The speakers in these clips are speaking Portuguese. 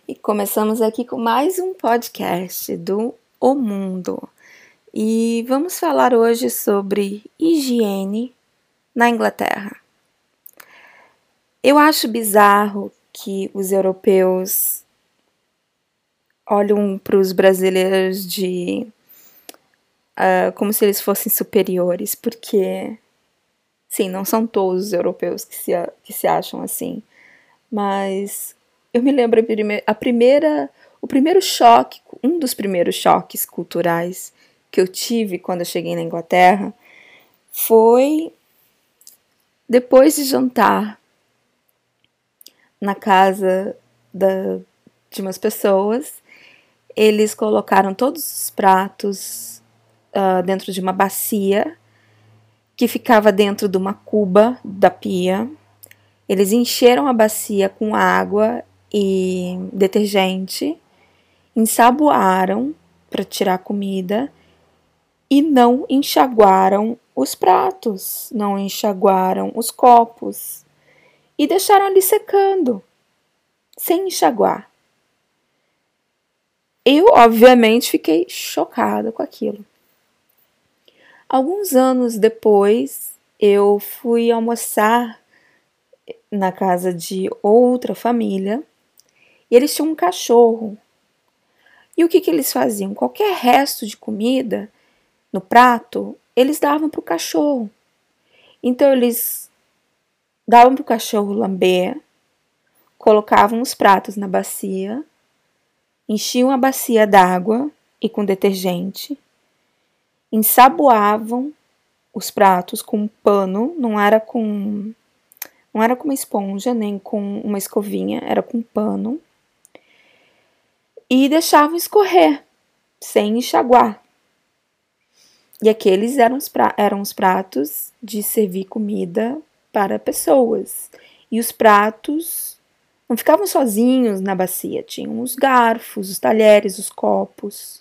E começamos aqui com mais um podcast do O Mundo. E vamos falar hoje sobre higiene na Inglaterra. Eu acho bizarro que os europeus olham para os brasileiros como se eles fossem superiores, porque, sim, não são todos os europeus que se acham assim, mas eu me lembro o primeiro choque, um dos primeiros choques culturais que eu tive quando eu cheguei na Inglaterra foi depois de jantar na casa de umas pessoas. Eles colocaram todos os pratos dentro de uma bacia que ficava dentro de uma cuba da pia. Eles encheram a bacia com água e detergente, ensaboaram para tirar a comida e não enxaguaram os pratos, não enxaguaram os copos e deixaram ali secando, sem enxaguar. Eu, obviamente, fiquei chocada com aquilo. Alguns anos depois, eu fui almoçar na casa de outra família e eles tinham um cachorro. E o que eles faziam? Qualquer resto de comida no prato, eles davam para o cachorro. Então eles davam para o cachorro lamber, colocavam os pratos na bacia, enchiam a bacia d'água e com detergente, ensaboavam os pratos com um pano, não era com uma esponja, nem com uma escovinha, era com pano, e deixavam escorrer, sem enxaguar. E aqueles eram os pratos de servir comida para pessoas. E os pratos não ficavam sozinhos na bacia, tinham os garfos, os talheres, os copos.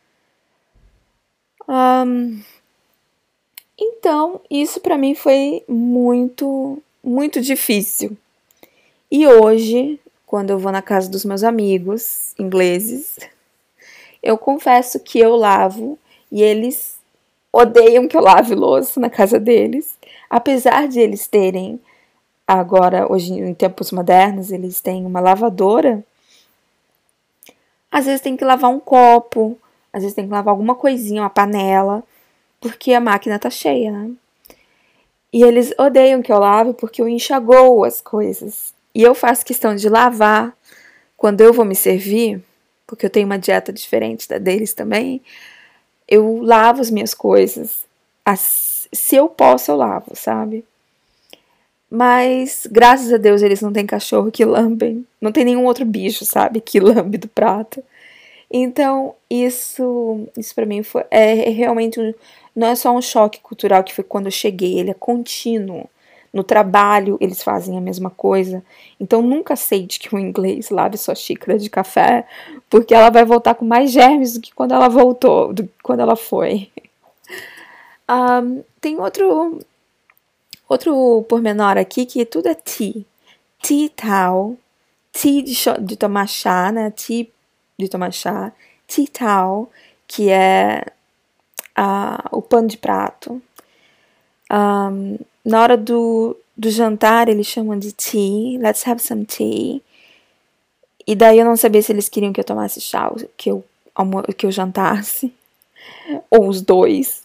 Então, isso para mim foi muito, muito difícil. E hoje, quando eu vou na casa dos meus amigos ingleses, eu confesso que eu lavo e eles odeiam que eu lave louça na casa deles. Apesar de eles terem, agora, hoje em tempos modernos, eles têm uma lavadora. Às vezes tem que lavar um copo, às vezes tem que lavar alguma coisinha, uma panela, porque a máquina tá cheia, né? E eles odeiam que eu lave porque eu enxagoo as coisas. E eu faço questão de lavar quando eu vou me servir, porque eu tenho uma dieta diferente da deles também. Eu lavo as minhas coisas. Se eu posso, eu lavo, sabe? Mas, graças a Deus, eles não têm cachorro que lambem. Não tem nenhum outro bicho, sabe? Que lambe do prato. Então, isso pra mim é realmente não é só um choque cultural que foi quando eu cheguei, ele é contínuo. No trabalho, eles fazem a mesma coisa. Então, nunca aceite que um inglês lave sua xícara de café, porque ela vai voltar com mais germes do que quando ela voltou, do que quando ela foi. Tem outro pormenor aqui que tudo é tea. Tea towel. Tea de tomar chá, né? Tea de tomar chá. Tea towel, que é o pano de prato. Na hora do jantar, eles chamam de tea. Let's have some tea. E daí eu não sabia se eles queriam que eu tomasse chá, que eu jantasse. Ou os dois.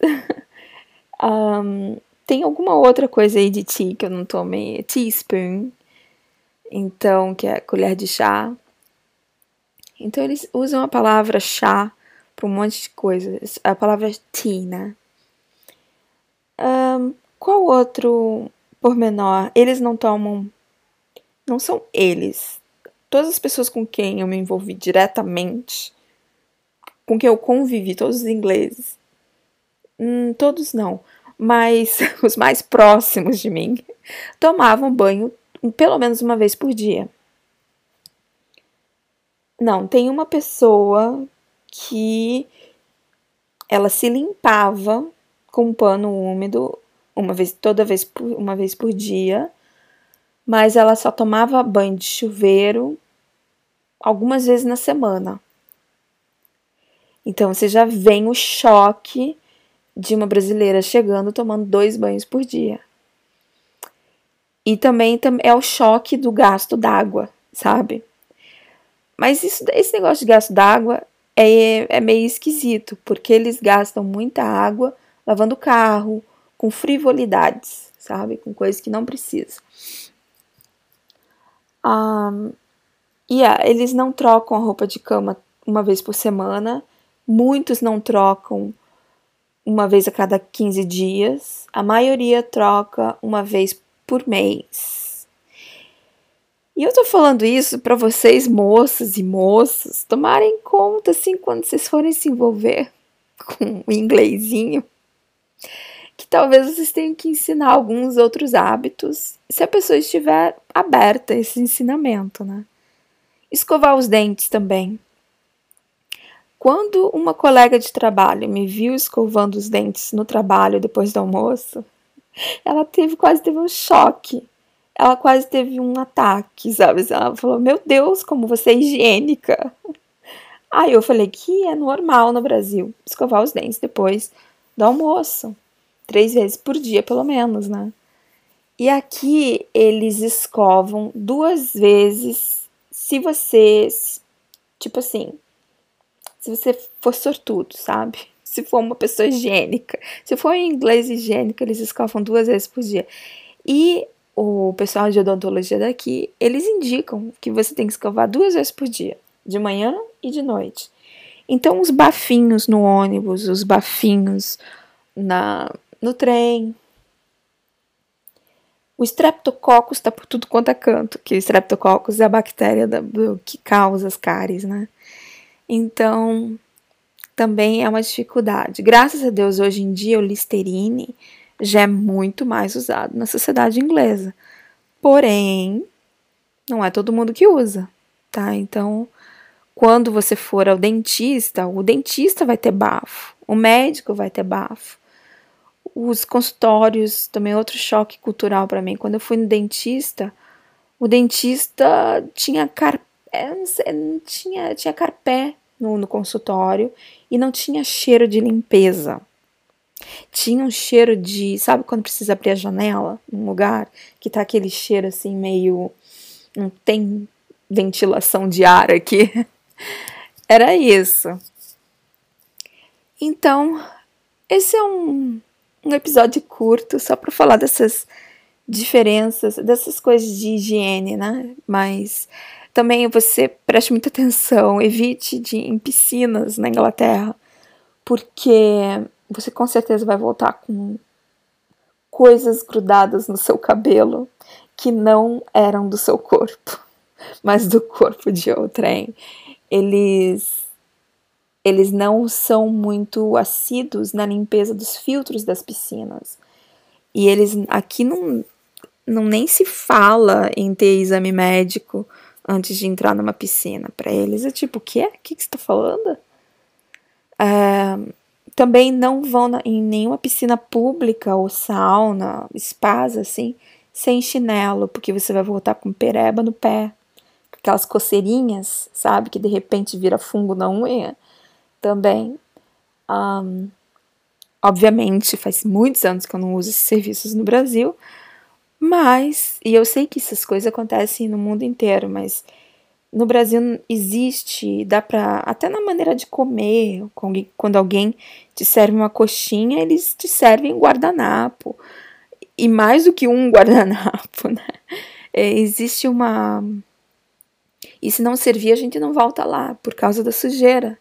Tem alguma outra coisa aí de tea que eu não tomei. Teaspoon. Então, que é colher de chá. Então, eles usam a palavra chá para um monte de coisas. A palavra tea, né? Qual outro pormenor? Eles não tomam... Não são eles. Todas as pessoas com quem eu me envolvi diretamente, com quem eu convivi, todos os ingleses, todos não, mas os mais próximos de mim, tomavam banho pelo menos uma vez por dia. Não, tem uma pessoa que ela se limpava com um pano úmido uma vez por dia, mas ela só tomava banho de chuveiro algumas vezes na semana. Então você já vem o choque de uma brasileira chegando tomando 2 banhos por dia. E também é o choque do gasto d'água, sabe? Mas esse negócio de gasto d'água é meio esquisito, porque eles gastam muita água lavando o carro, com frivolidades, sabe? Com coisas que não precisa. Eles não trocam a roupa de cama uma vez por semana. Muitos não trocam uma vez a cada 15 dias. A maioria troca uma vez por mês. E eu tô falando isso para vocês, moças e moços, tomarem conta, assim, quando vocês forem se envolver com o inglesinho, que talvez vocês tenham que ensinar alguns outros hábitos, se a pessoa estiver aberta a esse ensinamento, né? Escovar os dentes também. Quando uma colega de trabalho me viu escovando os dentes no trabalho depois do almoço, ela quase teve um choque. Ela quase teve um ataque, sabe? Ela falou, meu Deus, como você é higiênica. Aí eu falei que é normal no Brasil escovar os dentes depois do almoço. 3 vezes por dia, pelo menos, né? E aqui eles escovam 2 vezes se você, tipo assim, se você for sortudo, sabe? Se for uma pessoa higiênica. Se for em inglês higiênico, eles escovam 2 vezes por dia. E o pessoal de odontologia daqui, eles indicam que você tem que escovar 2 vezes por dia. De manhã e de noite. Então, os bafinhos no ônibus, os bafinhos no trem. O Streptococcus está por tudo quanto é canto, que o Streptococcus é a bactéria que causa as cáries, né? Então, também é uma dificuldade. Graças a Deus, hoje em dia, o Listerine já é muito mais usado na sociedade inglesa. Porém, não é todo mundo que usa, tá? Então, quando você for ao dentista, o dentista vai ter bafo, o médico vai ter bafo. Os consultórios, também outro choque cultural para mim. Quando eu fui no dentista, o dentista tinha carpé no consultório e não tinha cheiro de limpeza. Tinha um cheiro de, sabe quando precisa abrir a janela num lugar que tá aquele cheiro assim meio, não tem ventilação de ar aqui. Era isso. Então, esse é um episódio curto só para falar dessas diferenças, dessas coisas de higiene, né? Mas também você preste muita atenção, evite de ir em piscinas na Inglaterra, porque você com certeza vai voltar com coisas grudadas no seu cabelo que não eram do seu corpo, mas do corpo de outrem. Eles não são muito assíduos na limpeza dos filtros das piscinas. E eles aqui não nem se fala em ter exame médico antes de entrar numa piscina. Para eles é tipo, o quê? O que você está falando? Também não vão em nenhuma piscina pública ou sauna, spas, assim, sem chinelo, porque você vai voltar com pereba no pé. Aquelas coceirinhas, sabe? Que de repente vira fungo na unha. Também. Obviamente, faz muitos anos que eu não uso esses serviços no Brasil, mas, e eu sei que essas coisas acontecem no mundo inteiro, mas no Brasil existe, dá pra, até na maneira de comer, quando alguém te serve uma coxinha, eles te servem guardanapo, e mais do que um guardanapo, né? Existe uma... E se não servir, a gente não volta lá, por causa da sujeira.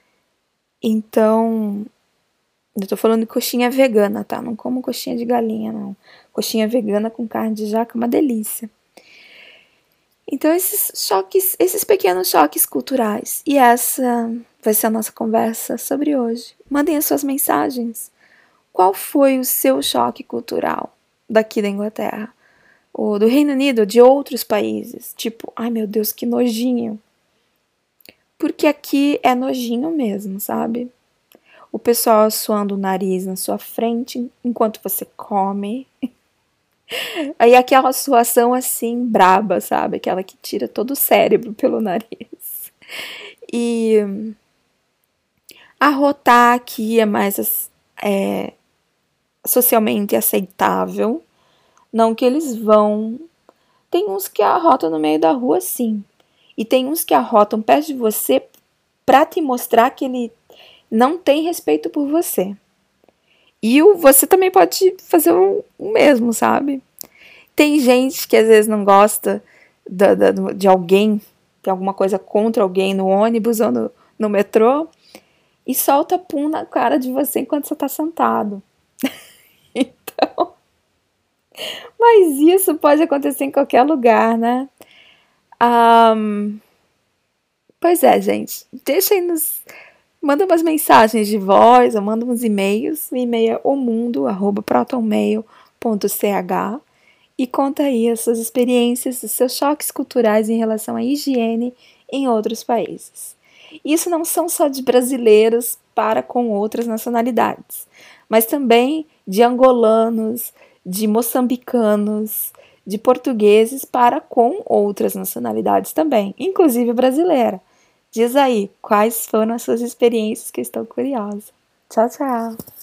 Então, eu tô falando de coxinha vegana, tá? Não como coxinha de galinha, não. Coxinha vegana com carne de jaca é uma delícia. Então, esses pequenos choques culturais. E essa vai ser a nossa conversa sobre hoje. Mandem as suas mensagens. Qual foi o seu choque cultural daqui da Inglaterra? Ou do Reino Unido, ou de outros países? Tipo, ai meu Deus, que nojinho. Porque aqui é nojinho mesmo, sabe? O pessoal suando o nariz na sua frente enquanto você come. Aí aquela suação assim, braba, sabe? Aquela que tira todo o cérebro pelo nariz. E arrotar aqui é mais socialmente aceitável. Não que eles vão. Tem uns que arrotam no meio da rua, sim. E tem uns que arrotam perto de você pra te mostrar que ele não tem respeito por você. E você também pode fazer o mesmo, sabe? Tem gente que às vezes não gosta de alguém, tem alguma coisa contra alguém no ônibus ou no metrô, e solta pum na cara de você enquanto você tá sentado. Então, mas isso pode acontecer em qualquer lugar, né? Ah, pois é, gente. Deixem nos. Manda umas mensagens de voz, ou manda uns e-mails. O e-mail é omundo@protonmail.ch e conta aí as suas experiências, os seus choques culturais em relação à higiene em outros países. Isso não são só de brasileiros para com outras nacionalidades, mas também de angolanos, de moçambicanos, de portugueses para com outras nacionalidades também, inclusive brasileira. Diz aí quais foram as suas experiências, que eu estou curiosa. Tchau, tchau!